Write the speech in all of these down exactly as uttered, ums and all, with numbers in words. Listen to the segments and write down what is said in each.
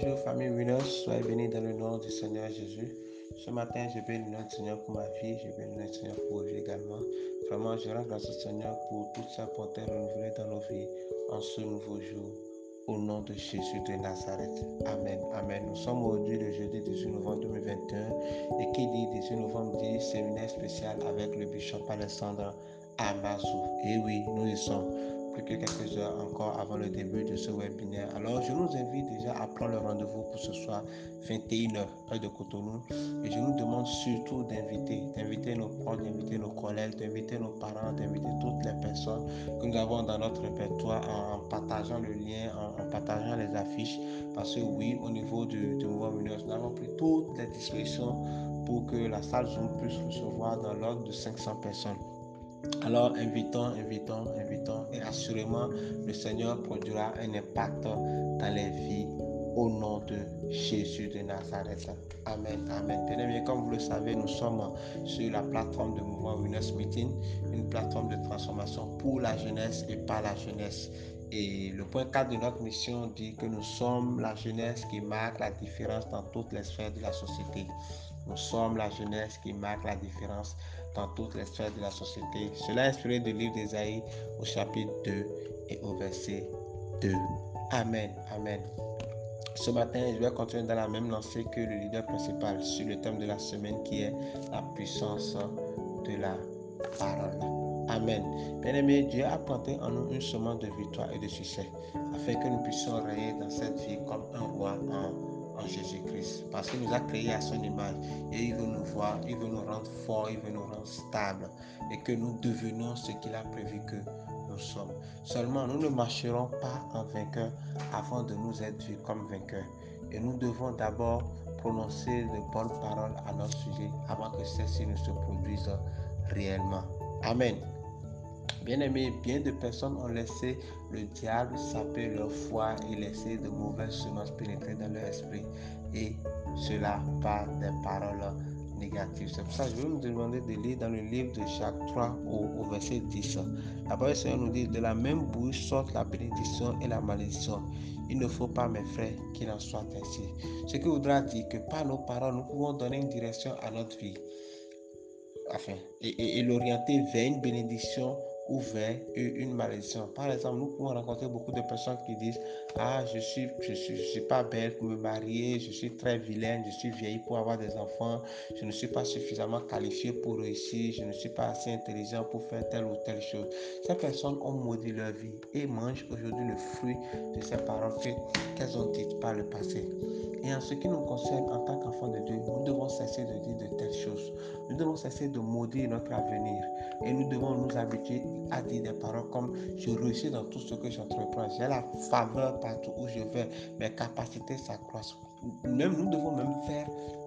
bonjour famille Winners, soyez bénis dans le nom du Seigneur Jésus. Ce matin, je bénis le Seigneur pour ma vie, je bénis le Seigneur pour vous également. Vraiment, je rends grâce au Seigneur pour toute sa bonté renouvelée dans nos vies en ce nouveau jour. Au nom de Jésus de Nazareth. Amen. Amen. Nous sommes aujourd'hui le jeudi dix-huit novembre deux mille vingt et un. Et qui dit dix-huit novembre dit séminaire spécial avec le bishop Alessandre Amazou. Et oui, nous y sommes. Plus que quelques heures encore avant le début de ce webinaire. Alors, je nous invite déjà à prendre le rendez-vous pour ce soir, vingt et une heures, heure de Cotonou. Et je nous demande surtout d'inviter, d'inviter nos proches, d'inviter nos collègues, d'inviter nos parents, d'inviter toutes les personnes que nous avons dans notre répertoire en, en partageant le lien, en, en partageant les affiches. Parce que oui, au niveau du, du mouvement Winners, nous avons pris toutes les dispositions pour que la salle Zoom puisse recevoir dans l'ordre de cinq cents personnes. Alors, invitons, invitons, invitons, et assurément, le Seigneur produira un impact dans les vies au nom de Jésus de Nazareth. Amen, amen. Bien-aimés, comme vous le savez, nous sommes sur la plateforme de Mouvement Winners Meeting, une plateforme de transformation pour la jeunesse et par la jeunesse. Et le point quatre de notre mission dit que nous sommes la jeunesse qui marque la différence dans toutes les sphères de la société. Nous sommes la jeunesse qui marque la différence dans toutes les sphères de la société. Cela est inspiré du livre d'Ésaïe au chapitre deux et au verset deux. Amen, amen. Ce matin, je vais continuer dans la même lancée que le leader principal sur le thème de la semaine qui est la puissance de la parole. Amen. Bien-aimés, Dieu a planté en nous une semence de victoire et de succès afin que nous puissions régner dans cette vie comme un roi en en Jésus-Christ, parce qu'il nous a créés à son image et il veut nous voir, il veut nous rendre forts, il veut nous rendre stables et que nous devenions ce qu'il a prévu que nous sommes. Seulement, nous ne marcherons pas en vainqueur avant de nous être vus comme vainqueurs et nous devons d'abord prononcer de bonnes paroles à notre sujet avant que celles-ci ne se produisent réellement. Amen. Bien-aimés, bien de personnes ont laissé le diable saper leur foi et laissé de mauvaises semences pénétrer dans leur esprit. Et cela par des paroles négatives. C'est pour ça que je vais vous demander de lire dans le livre de Jacques trois au, au verset dix. La parole du Seigneur nous dit: de la même bouche sortent la bénédiction et la malédiction. Il ne faut pas, mes frères, qu'il en soit ainsi. Ce qui voudra dire que par nos paroles, nous pouvons donner une direction à notre vie. Enfin, et, et, et l'orienter vers une bénédiction ou vers une malédiction. Par exemple, nous pouvons rencontrer beaucoup de personnes qui disent: ah, je suis, je suis, je suis pas belle pour me marier, je suis très vilaine, je suis vieille pour avoir des enfants, je ne suis pas suffisamment qualifiée pour réussir, je ne suis pas assez intelligent pour faire telle ou telle chose. Ces personnes ont maudit leur vie et mangent aujourd'hui le fruit de ces paroles qu'elles ont dites par le passé. Et en ce qui nous concerne en tant qu'enfants de Dieu, nous devons cesser de dire de telles choses. Nous devons cesser de maudire notre avenir. Et nous devons nous habituer à dire des paroles comme: je réussis dans tout ce que j'entreprends. J'ai la faveur partout où je vais. Mes capacités s'accroissent. Même, nous devons même faire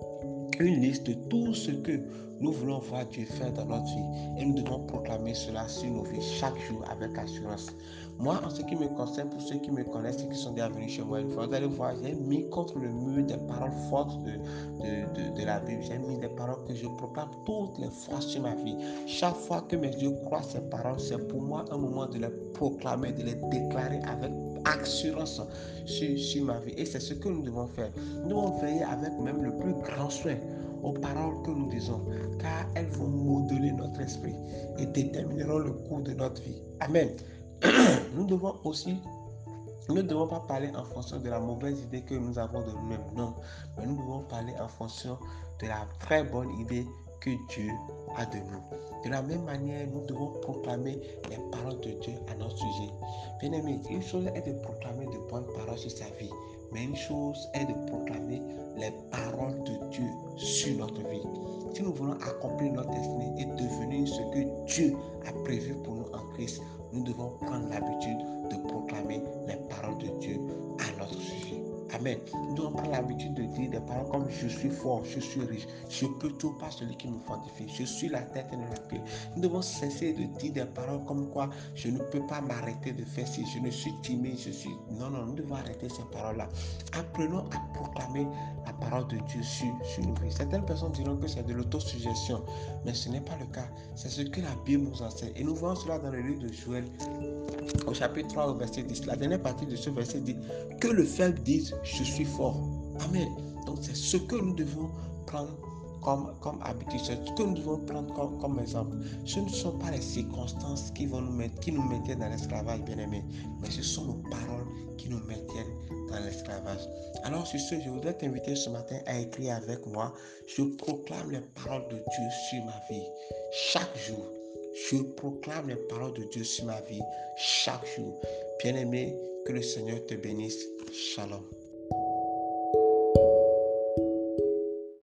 une liste de tout ce que nous voulons voir Dieu faire dans notre vie. Et nous devons proclamer cela sur nos vies chaque jour avec assurance. Moi, en ce qui me concerne, pour ceux qui me connaissent et qui sont déjà venus chez moi une fois, vous allez voir, j'ai mis contre le mur des paroles fortes de, de, de, de la Bible. J'ai mis des paroles que je proclame toutes les fois sur ma vie. Chaque fois que mes yeux croient ces paroles, c'est pour moi un moment de les proclamer, de les déclarer avec assurance sur, sur ma vie. Et c'est ce que nous devons faire. Nous devons veiller avec même le plus grand soin aux paroles que nous disons, car elles vont modeler notre esprit et détermineront le cours de notre vie. Amen. Nous devons aussi, nous ne devons pas parler en fonction de la mauvaise idée que nous avons de nous-mêmes, non, mais nous devons parler en fonction de la très bonne idée que Dieu a de nous. De la même manière, nous devons proclamer les paroles de Dieu à notre sujet. Bien aimé, une chose est de proclamer de bonnes paroles sur sa vie, mais une chose est de proclamer les paroles de Dieu sur notre vie. Si nous voulons accomplir notre destinée et devenir ce que Dieu a prévu pour nous en Christ, nous devons prendre l'habitude de proclamer les paroles de Dieu à notre sujet. Amen. Nous devons prendre l'habitude de dire des paroles comme: je suis fort, je suis riche, je peux tout par celui qui me fortifie, je suis la tête et non la queue. Nous devons cesser de dire des paroles comme quoi: je ne peux pas m'arrêter de faire ci, je ne suis timide, je suis... Non, non, nous devons arrêter ces paroles-là. Apprenons à proclamer la parole de Dieu sur, sur nos vies. Certaines personnes diront que c'est de l'autosuggestion, mais ce n'est pas le cas. C'est ce que la Bible nous enseigne. Et nous voyons cela dans le livre de Joël, au chapitre trois, au verset dix. La dernière partie de ce verset dit que le faible dise je suis fort. Amen. Donc c'est ce que nous devons prendre comme, comme habitude, c'est ce que nous devons prendre comme, comme exemple. Ce ne sont pas les circonstances qui vont nous mettre, qui nous maintiennent dans l'esclavage, bien-aimés, mais ce sont nos paroles qui nous maintiennent dans l'esclavage. Alors sur ce, je voudrais t'inviter ce matin à écrire avec moi. Je proclame les paroles de Dieu sur ma vie chaque jour. Je proclame les paroles de Dieu sur ma vie chaque jour. Bien-aimé, que le Seigneur te bénisse. Shalom.